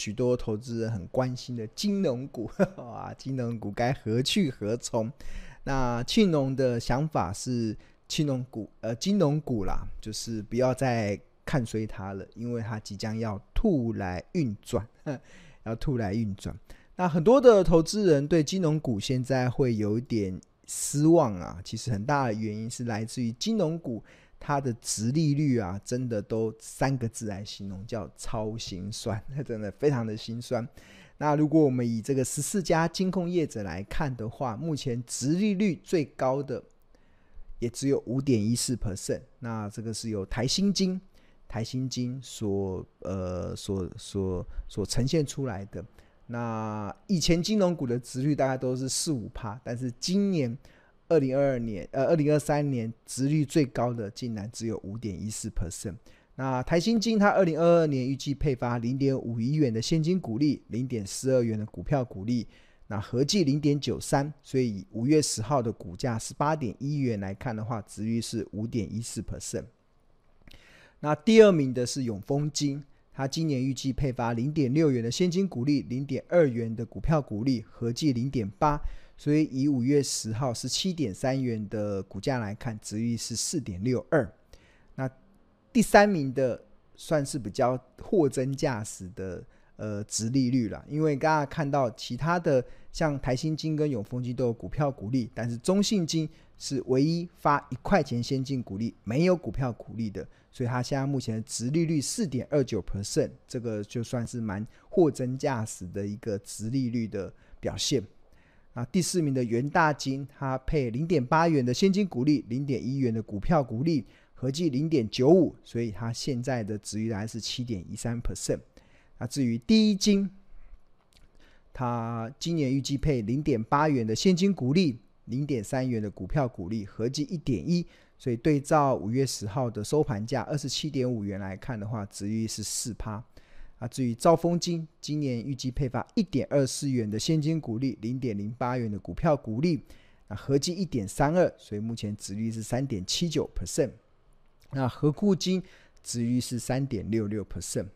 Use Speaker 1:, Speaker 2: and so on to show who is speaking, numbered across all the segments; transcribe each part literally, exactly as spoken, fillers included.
Speaker 1: 许多投资人很关心的金融股啊，金融股该何去何从？那庆农的想法是，金融股呃金融股啦，就是不要再看衰它了，因为它即将要兔来运转，要兔来运转。那很多的投资人对金融股现在会有一点失望啊，其实很大的原因是来自于金融股它的殖利率啊，真的都三个字来形容，叫超心酸，真的非常的心酸。那如果我们以这个十四家金控业者来看的话，目前殖利率最高的也只有 百分之五点一四， 那这个是由台新金台新金所呃所所所呈现出来的。那以前金融股的殖率大概都是 百分之四五， 但是今年二零二二年呃二零二三年殖率最高的竟然只有 百分之五点一四。那台新金它二零二二年预计配发 零点五一元的现金股利， 零点四二元的股票股利，那合计 零点九三， 所以以五月十号的股价 十八点一元来看的话，殖率是 百分之五点一四。 那第二名的是永丰金，它今年预计配发 零点六元的现金股利， 零点二元的股票股利，合计 零点八， 所以以五月十号 十七点三元的股价来看，殖率是 四点六二。那第三名的算是比较货真价实的呃殖利率啦，因为刚刚看到其他的像台新金跟永丰金都有股票股利，但是中信金是唯一发一块钱现金股利没有股票股利的，所以它现在目前的殖利率 四点二九， 这个就算是蛮货真价实的一个殖利率的表现。那第四名的元大金，它配 零点八元的现金股利， 零点一元的股票股利，合计 零点九五， 所以它现在的殖利率是 七点一三。 那至于第一金，它今年预计配 零点八元的现金股利， 零点三元的股票股利，合计 一点一， 所以对照五月十号的收盘价 二十七点五元来看的话，殖利率是 百分之四。啊，至于兆丰金，今年预计配发 一点二四元的现金股利， 零点零八元的股票股利，那合计 一点三二， 所以目前殖利率是 三点七九。 那和库金殖利率是 三点六六。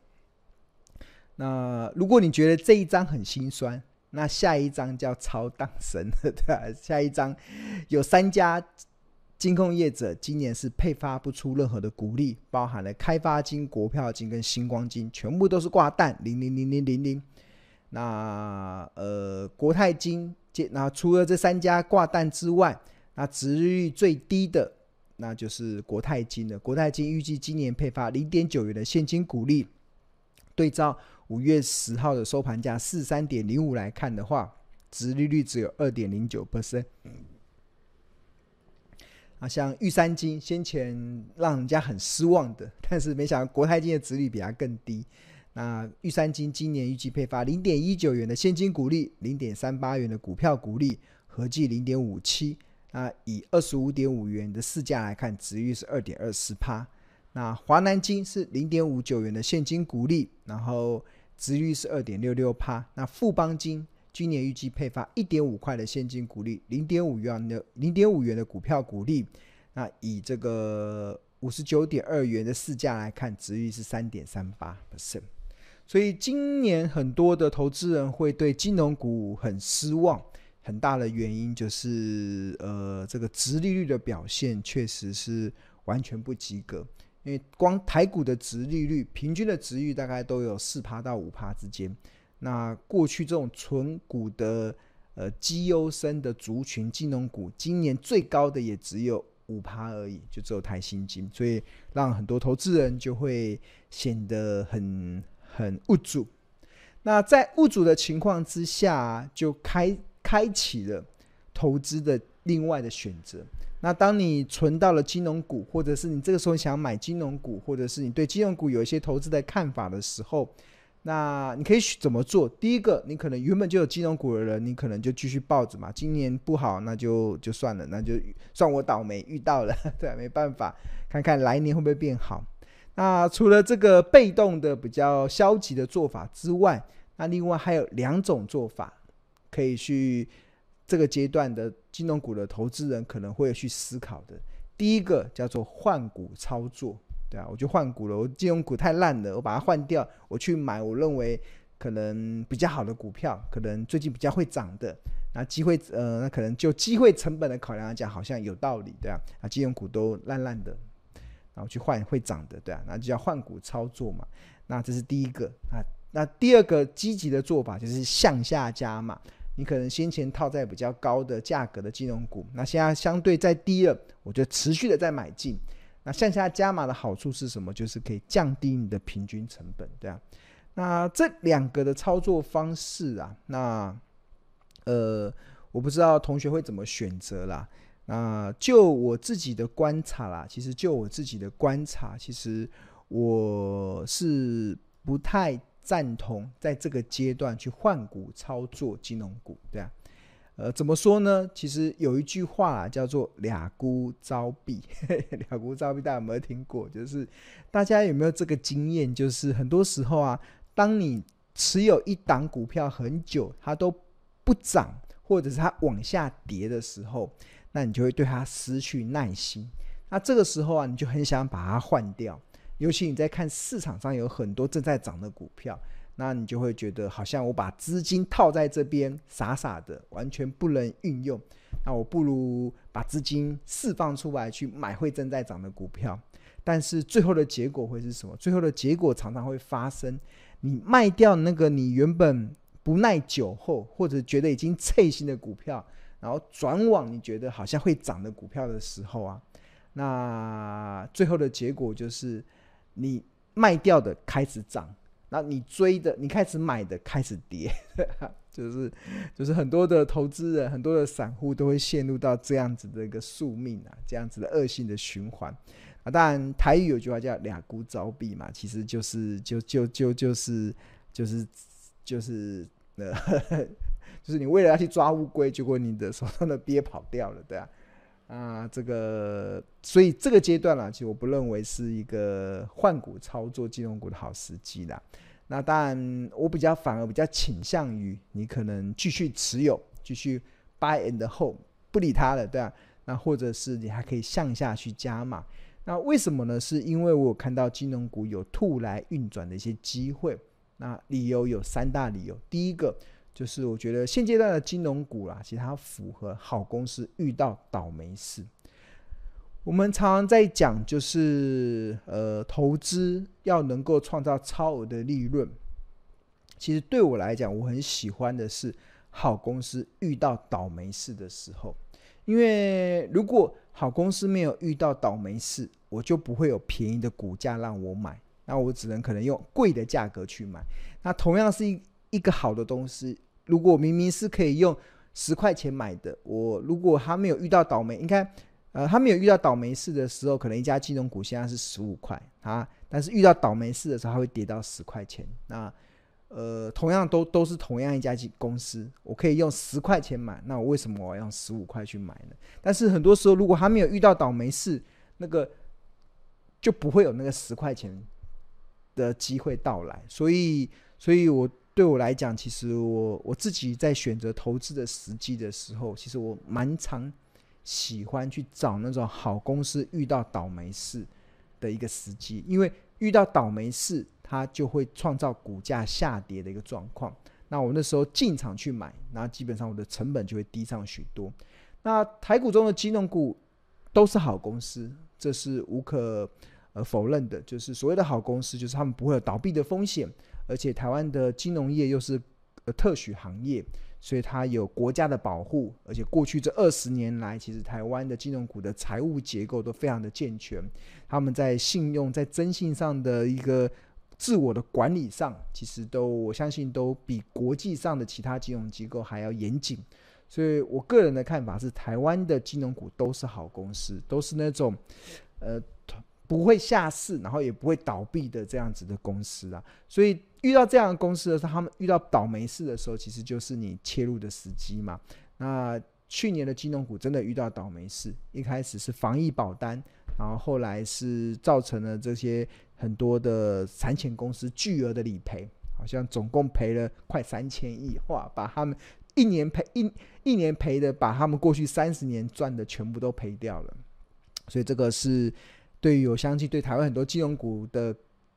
Speaker 1: 那如果你觉得这一张很心酸，那下一张叫超荡神了，对吧？下一张有三家金控业者今年是配发不出任何的股利，包含了开发金、国票金跟星光金，全部都是挂蛋零零零零零零。那呃国泰金，那除了这三家挂蛋之外，那殖利率最低的那就是国泰金了。国泰金预计今年配发 零点九元的现金股利，对照五月十号的收盘价 四十三点零五 来看的话，殖利率只有 二点零九。啊，像玉山金先前让人家很失望的，但是没想到国泰金的殖利率比它更低。那玉山金今年预计配发 零点一九元的现金股利， 零点三八元的股票股利，合计 零点五七。那以 二十五点五元的市价来看，殖利率是 二点二四。那华南金是 零点五九元的现金股利，然后殖利率是 二点六六。 那富邦金今年预计配发 一点五块的现金股利， 零点五元的零点五元的股票股利，那以这个 五十九点二元的市价来看，殖利率是 三点三八。 所以今年很多的投资人会对金融股很失望，很大的原因就是呃这个殖利率的表现确实是完全不及格。因为光台股的殖利率平均的殖利率大概都有 百分之四到百分之五 之间，那过去这种纯股的呃绩优生的族群金融股，今年最高的也只有 百分之五 而已，就只有台新金，所以让很多投资人就会显得很很无助。那在无助的情况之下，就开开启了投资的另外的选择。那当你存到了金融股，或者是你这个时候想买金融股，或者是你对金融股有一些投资的看法的时候，那你可以怎么做？第一个，你可能原本就有金融股的人，你可能就继续抱着嘛，今年不好那就就算了，那就算我倒霉遇到了，对，没办法，看看来年会不会变好。那除了这个被动的比较消极的做法之外，那另外还有两种做法可以去这个阶段的金融股的投资人可能会去思考的。第一个叫做换股操作，对啊，我就换股了，我金融股太烂了，我把它换掉，我去买我认为可能比较好的股票，可能最近比较会涨的，那机会呃，那可能就机会成本的考量来讲，好像有道理，对啊，啊，金融股都烂烂的，然后去换会涨的，对啊，那就叫换股操作嘛。那这是第一个啊。那第二个积极的做法就是向下加码。你可能先前套在比较高的价格的金融股，那现在相对再低了，我就持续的在买进。那向下加码的好处是什么？就是可以降低你的平均成本，对啊。那这两个的操作方式啊，那呃，我不知道同学会怎么选择啦。那就我自己的观察啦，其实就我自己的观察，其实我是不太赞同在这个阶段去换股操作金融股，对啊。呃，怎么说呢？其实有一句话啦，叫做俩孤招毙。俩孤招毙，大家有没有听过？就是大家有没有这个经验？就是很多时候啊，当你持有一档股票很久，它都不涨，或者是它往下跌的时候，那你就会对它失去耐心。那这个时候啊，你就很想把它换掉。尤其你在看市场上有很多正在涨的股票，那你就会觉得好像我把资金套在这边傻傻的完全不能运用，那我不如把资金释放出来去买会正在涨的股票。但是最后的结果会是什么？最后的结果常常会发生，你卖掉那个你原本不耐久后或者觉得已经脆心的股票，然后转往你觉得好像会涨的股票的时候啊，那最后的结果就是你卖掉的开始涨，那你追的你开始买的开始跌。就是就是很多的投资人很多的散户都会陷入到这样子的一个宿命啊，这样子的恶性的循环啊。当然台语有句话叫俩孤招毙嘛，其实就是就就就就是就是就是呃就是你为了要去抓乌龟，结果你的手上的鳖跑掉了，对啊。啊，这个所以这个阶段啦，其实我不认为是一个换股操作金融股的好时机啦。那当然我比较反而比较倾向于你可能继续持有，继续 buy and hold 不理它了，对啊。那或者是你还可以向下去加码。那为什么呢？是因为我有看到金融股有兔来运转的一些机会。那理由有三大理由。第一个就是我觉得现阶段的金融股啦，其实它符合好公司遇到倒霉事。我们常常在讲，就是呃，投资要能够创造超额的利润。其实对我来讲，我很喜欢的是好公司遇到倒霉事的时候，因为如果好公司没有遇到倒霉事，我就不会有便宜的股价让我买，那我只能可能用贵的价格去买。那同样是一一个好的东西，如果明明是可以用十块钱买的，我如果他没有遇到倒霉，应该呃，他没有遇到倒霉事的时候，可能一家金融股现在是十五块啊，但是遇到倒霉事的时候，它会跌到十块钱。那呃，同样都都是同样一家公司，我可以用十块钱买，那我为什么我要用十五块去买呢？但是很多时候，如果他没有遇到倒霉事，那个就不会有那个十块钱的机会到来。所以，所以我对我来讲，其实我我自己在选择投资的时机的时候，其实我蛮常喜欢去找那种好公司遇到倒霉事的一个时机，因为遇到倒霉事，它就会创造股价下跌的一个状况。那我那时候进场去买，那基本上我的成本就会低上许多。那台股中的金融股都是好公司，这是无可、呃、否认的。就是所谓的好公司，就是他们不会有倒闭的风险，而且台湾的金融业又是、呃、特许行业。所以它有国家的保护，而且过去这二十年来，其实台湾的金融股的财务结构都非常的健全，他们在信用、在征信上的一个自我的管理上，其实都我相信都比国际上的其他金融机构还要严谨。所以我个人的看法是，台湾的金融股都是好公司，都是那种呃不会下市，然后也不会倒闭的这样子的公司啊。所以遇到这样的公司的时候，他们遇到倒霉事的时候，其实就是你切入的时机嘛。那去年的金融股真的遇到倒霉事，一开始是防疫保单，然后后来是造成了这些很多的产险公司巨额的理赔，好像总共赔了快三千亿，哇，把他们一年赔 一, 一年赔的，把他们过去三十年赚的全部都赔掉了。所以这个是对于我相信对台湾很多金融股的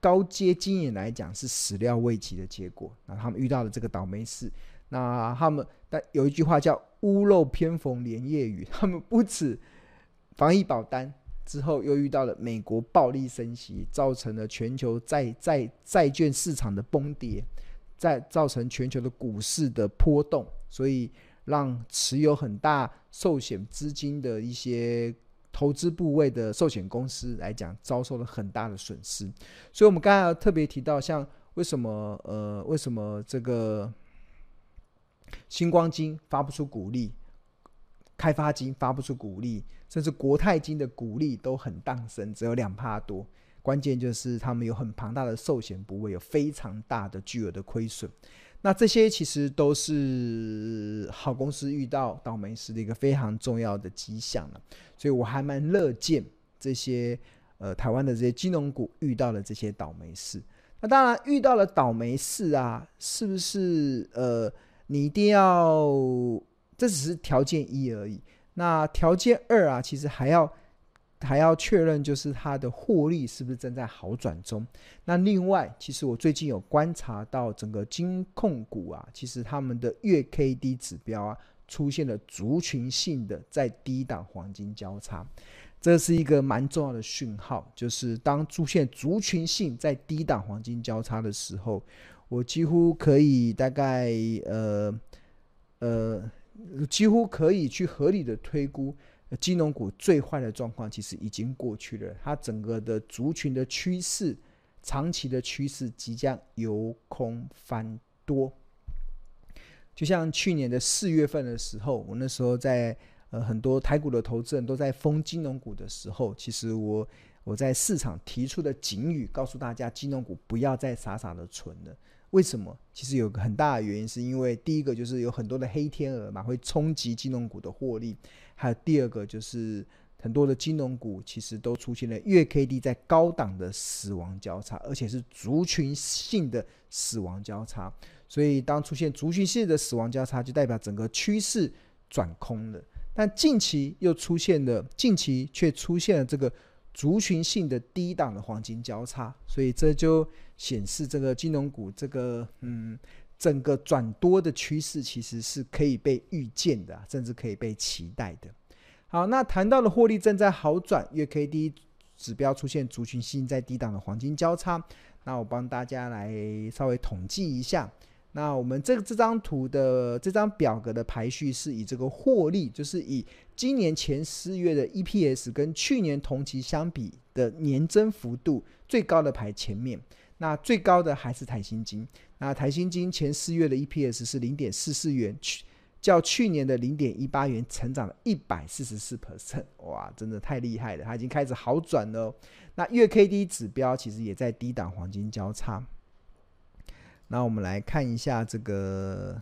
Speaker 1: 高阶经营来讲是始料未及的结果。那他们遇到了这个倒霉事，那他们但有一句话叫屋漏偏逢连夜雨，他们不止防疫保单之后，又遇到了美国暴力升息，造成了全球债债债券市场的崩跌，再造成全球的股市的波动，所以让持有很大寿险资金的一些投资部位的寿险公司来讲，遭受了很大的损失。所以我们刚才特别提到，像为什么呃为什么这个星光金发不出股利，开发金发不出股利，甚至国泰金的股利都很荡生，只有 百分之二 多。关键就是他们有很庞大的寿险部位，有非常大的巨额的亏损。那这些其实都是好公司遇到倒霉事的一个非常重要的迹象了。所以我还蛮乐见这些呃台湾的这些金融股遇到了这些倒霉事。那当然遇到了倒霉事啊，是不是呃你一定要，这只是条件一而已。那条件二啊，其实还要还要确认就是它的获利是不是正在好转中。那另外其实我最近有观察到整个金控股啊，其实他们的月 K D 指标啊出现了族群性的在低档黄金交叉，这是一个蛮重要的讯号，就是当出现族群性在低档黄金交叉的时候，我几乎可以大概呃呃几乎可以去合理的推估金融股最坏的状况其实已经过去了，它整个的族群的趋势，长期的趋势即将由空翻多。就像去年的四月份的时候，我那时候在呃很多台股的投资人都在疯金融股的时候，其实我我在市场提出的警语，告诉大家金融股不要再傻傻的存了。为什么？其实有个很大的原因，是因为第一个就是有很多的黑天鹅嘛，会冲击金融股的获利；还有第二个就是很多的金融股其实都出现了月 K D 在高档的死亡交叉，而且是族群性的死亡交叉。所以当出现族群性的死亡交叉，就代表整个趋势转空了。但近期又出现了，近期却出现了这个族群性的低档的黄金交叉，所以这就显示这个金融股这个嗯整个转多的趋势其实是可以被预见的，甚至可以被期待的。好，那谈到的获利正在好转，月 K D 指标出现族群性在低档的黄金交叉，那我帮大家来稍微统计一下。那我们这这张图的这张表格的排序是以这个获利，就是以今年前四月的 E P S 跟去年同期相比的年增幅度最高的排前面，那最高的还是台新金。那台新金前四月的 E P S 是 零点四四元，较去年的 零点一八元成长了 百分之一百四十四， 哇，真的太厉害了，它已经开始好转了哦。那月 K D 指标其实也在低档黄金交叉。那我们来看一下这个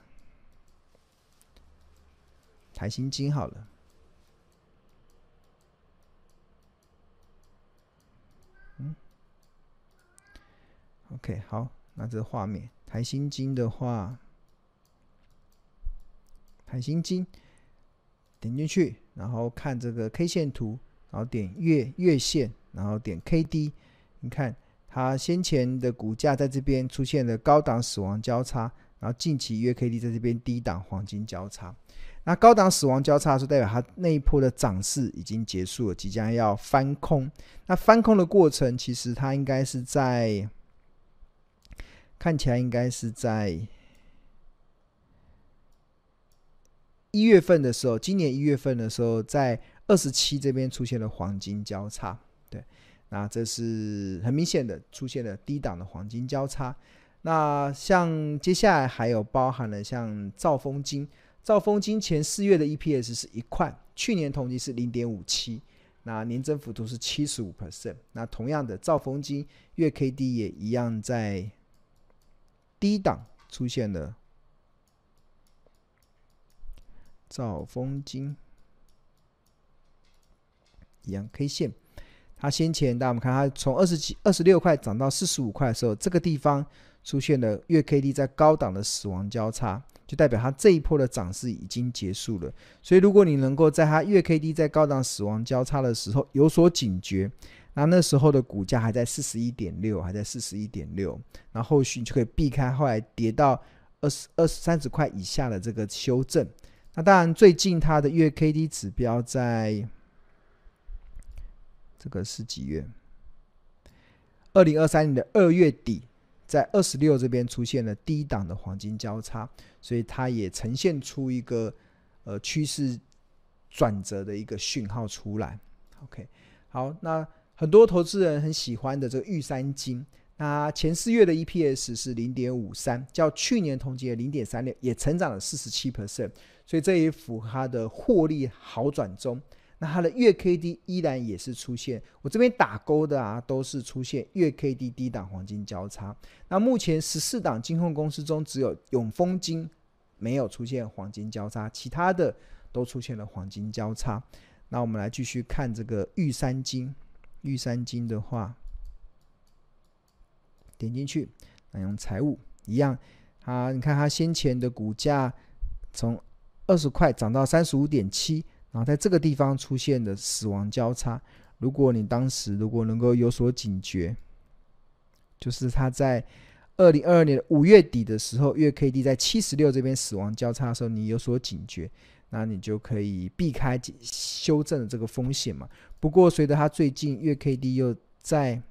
Speaker 1: 台新金好了。嗯 OK 好，那这画面台新金的话，台新金点进去，然后看这个 K 线图，然后点月月线，然后点 K D， 你看它先前的股价在这边出现了高档死亡交叉，然后近期月 K D 在这边低档黄金交叉。那高档死亡交叉是代表它那一波的涨势已经结束了，即将要翻空。那翻空的过程其实它应该是在，看起来应该是在一月份的时候，今年一月份的时候，在二十七这边出现了黄金交叉。对，那这是很明显的出现了低档的黄金交叉。那像接下来还有包含了像兆丰金，兆丰金前四月的 E P S 是一块，去年同期是 零点五七， 那年增幅度是 百分之七十五。 那同样的兆丰金月 K D 也一样在低档出现了兆丰金一样 K 线，它先前大家我们看它从二十几二十六块涨到四十五块的时候，这个地方出现了月 K D 在高档的死亡交叉，就代表它这一波的涨势已经结束了。所以如果你能够在它月 K D 在高档死亡交叉的时候有所警觉， 那那时候的股价还在四十一点六，还在四十一点六，然后后续你就可以避开后来跌到二十、二十、三十块以下的这个修正。那当然，最近它的月 K D 指标在这个是几月？二零二三年的二月底，在二十六这边出现了低档的黄金交叉，所以它也呈现出一个呃趋势转折的一个讯号出来。OK， 好，那很多投资人很喜欢的这个玉山金，那前四月的 E P S 是 零点五三， 较去年同期的 零点三六 也成长了 百分之四十七， 所以这也符合它的获利好转中。那它的月 K D 依然也是出现，我这边打勾的啊，都是出现月 K D 低档黄金交叉。那目前十四档金控公司中，只有永丰金没有出现黄金交叉，其他的都出现了黄金交叉。那我们来继续看这个玉山金，玉山金的话，点进去，那用财务一样，它你看它先前的股价从二十块涨到 三十五点七。然后在这个地方出现的死亡交叉，如果你当时如果能够有所警觉，就是它在二零二二年五月底的时候，月 K D 在七十六这边死亡交叉的时候，你有所警觉，那你就可以避开修正的这个风险嘛。不过随着它最近月 K D 又在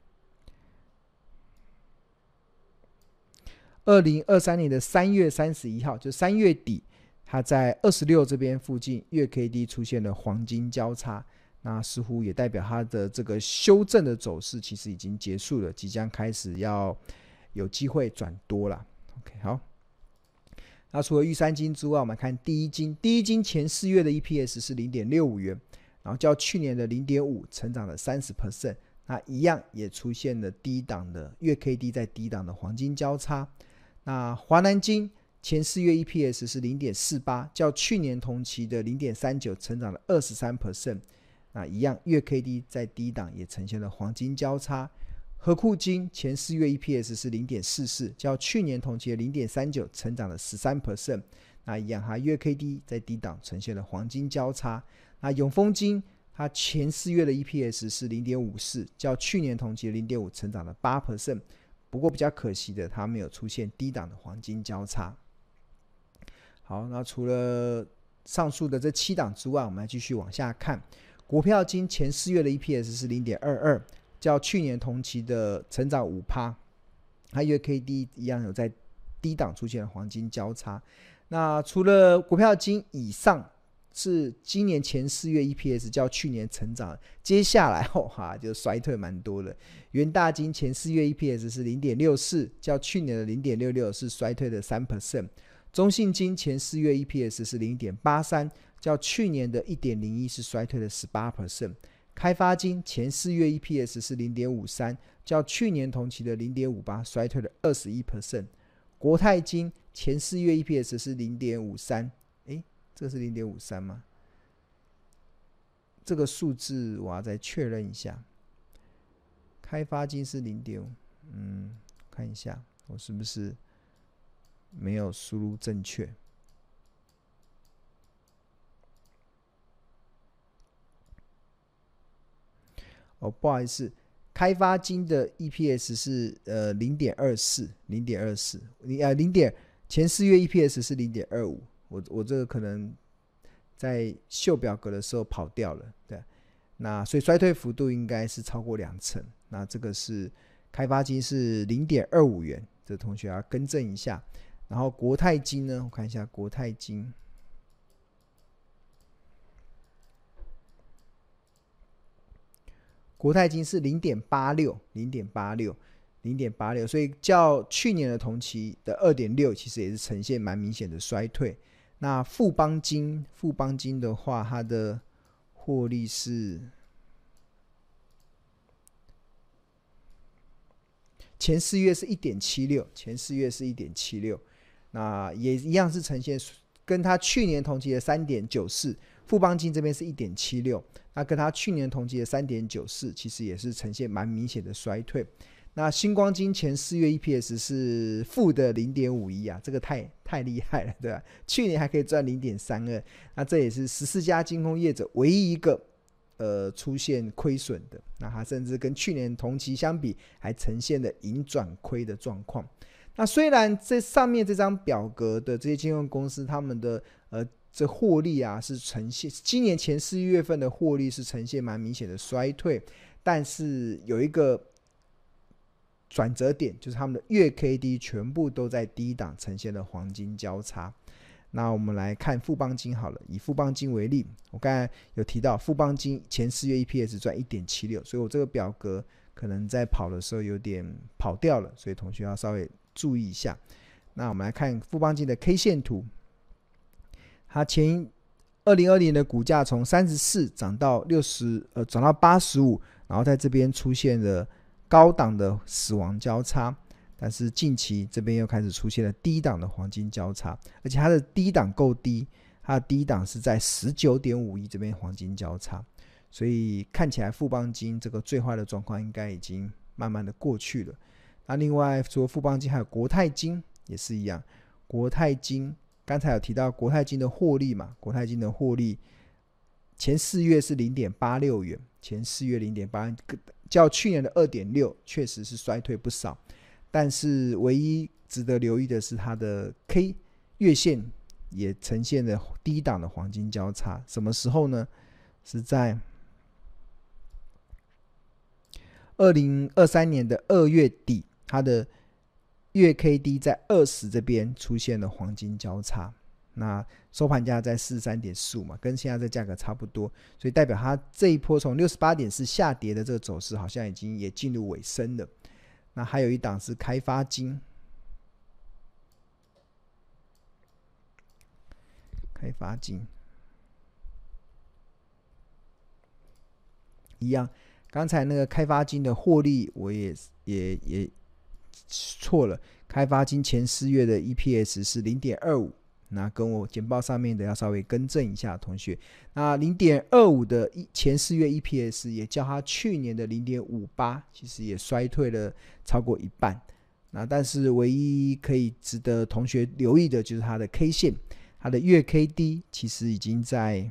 Speaker 1: 二零二三年的三月三十一号，就三月底，它在二十六这边附近月 K D 出现了黄金交叉，那似乎也代表它的这个修正的走势其实已经结束了，即将开始要有机会转多了。 OK， 好，那除了玉山金之外，我们看第一金，第一金前四月的 E P S 是 零点六五元，然后较去年的 零点五 成长了 百分之三十， 那一样也出现了低档的月 K D 在低档的黄金交叉。那华南金前四月 E P S 是 零点四八， 较去年同期的 零点三九 成长了 百分之二十三， 那一样月 K D 在低档也呈现了黄金交叉。合库金前四月 E P S 是 零点四四， 较去年同期的 零点三九 成长了 百分之十三， 那一样它月 K D 在低档呈现了黄金交叉。那永丰金它前四月的 E P S 是 零点五四， 较去年同期的 零点五 成长了 百分之八， 不过比较可惜的它没有出现低档的黄金交叉。好，那除了上述的这七档之外，我们来继续往下看。国票金前四月的 E P S 是 零点二二， 较去年同期的成长 百分之五， 它月 K D 一样有在低档出现了黄金交叉。那除了国票金以上是今年前四月 E P S 较去年成长，接下来、哦、哈就衰退蛮多的。元大金前四月 E P S 是 零点六四， 较去年的 零点六六 是衰退的 百分之三。中信金前四月 E P S 是 零点八三， 较去年的 一点零一 是衰退的 百分之十八。 开发金前四月 E P S 是 零点五三， 较去年同期的 零点五八 衰退了 百分之二十一。 国泰金前四月 E P S 是 零点五三， 诶，这个是 零点五三 吗？这个数字我要再确认一下。开发金是 零点五， 嗯，看一下我是不是没有输入正确。哦，不好意思，开发金的 E P S 是呃 零点二四， 零点二四， 呃零点前四月 E P S 是 零点二五， 我我这个可能在秀表格的时候跑掉了，对，那所以衰退幅度应该是超过两成。那这个是开发金是 零点二五元，这同学要更正一下。然后国泰金呢，我看一下国泰金，国泰金是 零点八六， 零点八六， 零点八六， 所以较去年的同期的 二点六 其实也是呈现蛮明显的衰退。那富邦金，富邦金的话，它的获利是前四月是 一点七六， 前四月是 一点七六， 那也一样是呈现跟它去年同期的 三点九四， 富邦金这边是 一点七六， 那跟它去年同期的 三点九四 其实也是呈现蛮明显的衰退。那星光金前四月 E P S 是负的 零点五一 啊，这个太太厉害了，对吧？去年还可以赚 零点三二， 那这也是十四家金控业者唯一一个呃出现亏损的，那它甚至跟去年同期相比还呈现了盈转亏的状况。那虽然这上面这张表格的这些金融公司他们的呃这获利啊是呈现今年前四月份的获利是呈现蛮明显的衰退，但是有一个转折点，就是他们的月 K D 全部都在低档呈现了黄金交叉。那我们来看富邦金好了，以富邦金为例，我刚才有提到富邦金前四月 E P S 赚 一点七六， 所以我这个表格可能在跑的时候有点跑掉了，所以同学要稍微注意一下。那我们来看富邦金的 K 线图，它前二零二零的股价从三十四涨到六十，呃，涨到八十五，然后在这边出现了高档的死亡交叉，但是近期这边又开始出现了低档的黄金交叉，而且它的低档够低，它的低档是在 十九点五亿这边黄金交叉，所以看起来富邦金这个最坏的状况应该已经慢慢的过去了。那另外除了富邦金还有国泰金也是一样，国泰金刚才有提到国泰金的获利嘛，国泰金的获利前四月是 零点八六元，前四月 零点八， 较去年的 二点六 确实是衰退不少，但是唯一值得留意的是它的 K 月线也呈现了低档的黄金交叉，什么时候呢？是在二零二三年的二月底，它的月 K D 在二十这边出现了黄金交叉，那收盘价在 四十三点四五 嘛，跟现在这价格差不多，所以代表它这一波从 六十八点四 下跌的这个走势好像已经也进入尾声了。那还有一档是开发金，开发金一样，刚才那个开发金的获利我也也也错了，开发金前四月的 E P S 是 零点二五， 那跟我简报上面的要稍微更正一下同学，那 零点二五 的前四月 E P S 也较它去年的 零点五八 其实也衰退了超过一半。那但是唯一可以值得同学留意的就是它的 K 线，它的月 K D 其实已经在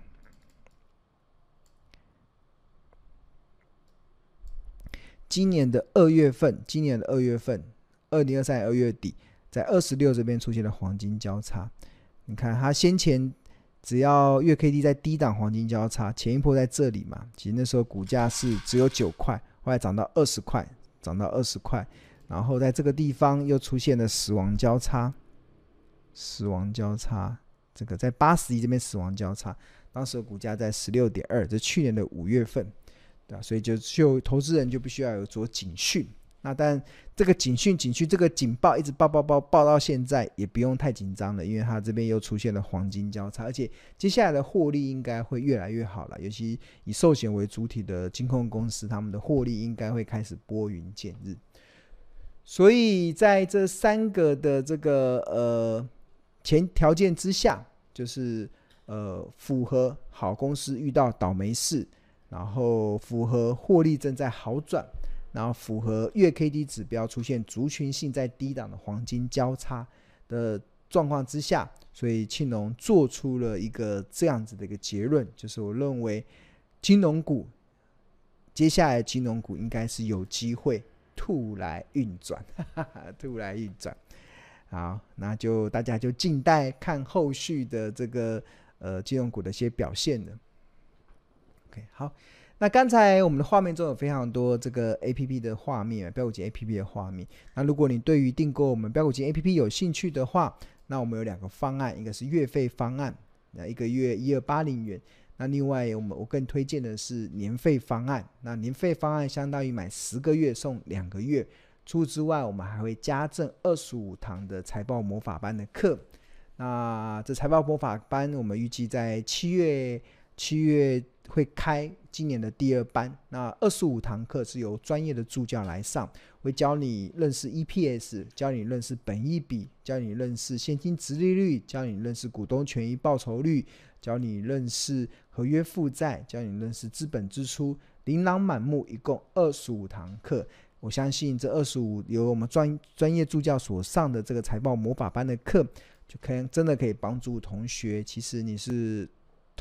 Speaker 1: 今年的二月份，今年的二月份，二零二三年二月底，在二十六这边出现了黄金交叉。你看它先前只要月 K D 在低档黄金交叉，前一波在这里嘛，其实那时候股价是只有九块，后来涨到二十块，涨到二十块，然后在这个地方又出现了死亡交叉，死亡交叉，这个在八十一这边死亡交叉，当时的股价在 十六点二， 这去年的五月份，对吧？所以就就投资人就必须要有做警讯。那但这个警讯警讯这个警报一直报报报报到现在也不用太紧张了，因为它这边又出现了黄金交叉，而且接下来的获利应该会越来越好了，尤其以寿险为主体的金控公司，他们的获利应该会开始拨云见日。所以在这三个的这个呃前条件之下，就是呃符合好公司遇到倒霉事，然后符合获利正在好转，然后符合月 K D 指标出现族群性在低档的黄金交叉的状况之下，所以庆农做出了一个这样子的一个结论，就是我认为金融股接下来金融股应该是有机会兔来运转，兔来运转。好，那就大家就静待看后续的这个呃金融股的一些表现了。OK， 好。那刚才我们的画面中有非常多这个 A P P 的画面，标股金 A P P 的画面。那如果你对于订购我们标股金 A P P 有兴趣的话，那我们有两个方案，一个是月费方案，那一个月一千二百八十元。那另外我们我更推荐的是年费方案。那年费方案相当于买十个月送两个月，除此之外我们还会加赠二十五堂的财报魔法班的课。那这财报魔法班我们预计在七月七月会开今年的第二班，那二十五堂课是由专业的助教来上，会教你认识 E P S， 教你认识本益比，教你认识现金殖利率，教你认识股东权益报酬率，教你认识合约负债，教你认识资本支出，琳琅满目，一共二十五堂课。我相信这二十五由我们 专, 专业助教所上的这个财报魔法班的课，就可以真的可以帮助同学，其实你是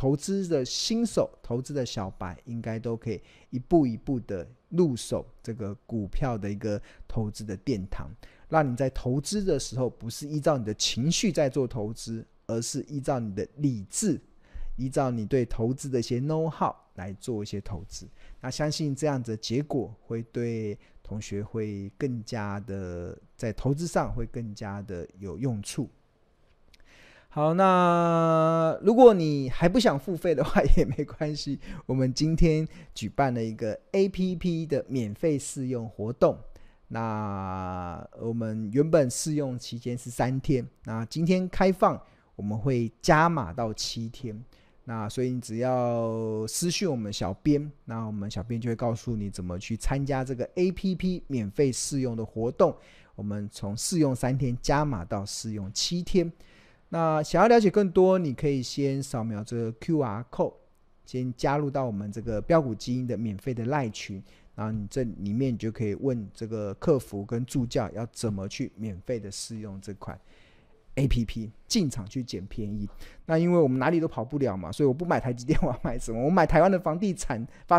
Speaker 1: 投资的新手、投资的小白，应该都可以一步一步的入手这个股票的一个投资的殿堂，让你在投资的时候不是依照你的情绪在做投资，而是依照你的理智，依照你对投资的一些 know how 来做一些投资。那相信这样子的结果会对同学会更加的在投资上会更加的有用处。好，那如果你还不想付费的话也没关系，我们今天举办了一个 A P P 的免费试用活动。那我们原本试用期间是三天，那今天开放我们会加码到七天。那所以你只要私讯我们小编，那我们小编就会告诉你怎么去参加这个 A P P 免费试用的活动。我们从试用三天加码到试用七天。那想要了解更多，你可以先扫描这个 Q R code， 先加入到我们这个标股基因的免费的 LINE 群，然后你这里面你就可以问这个客服跟助教要怎么去免费的试用这款 A P P， 进场去捡便宜。那因为我们哪里都跑不了嘛，所以我不买台积电，我要买什么？我买台湾的房地产发